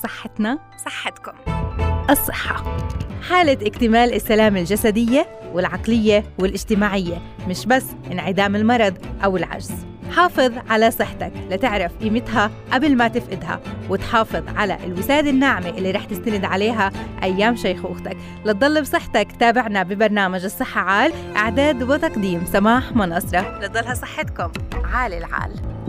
صحتنا صحتكم. الصحة حالة اكتمال السلامة الجسدية والعقلية والاجتماعية، مش بس انعدام المرض أو العجز. حافظ على صحتك لتعرف قيمتها قبل ما تفقدها، وتحافظ على الوسادة الناعمة اللي رح تستند عليها أيام شيخوختك. لتضل بصحتك تابعنا ببرنامج الصحة عال، إعداد وتقديم سماح منصرة. لتضلها صحتكم عال العال.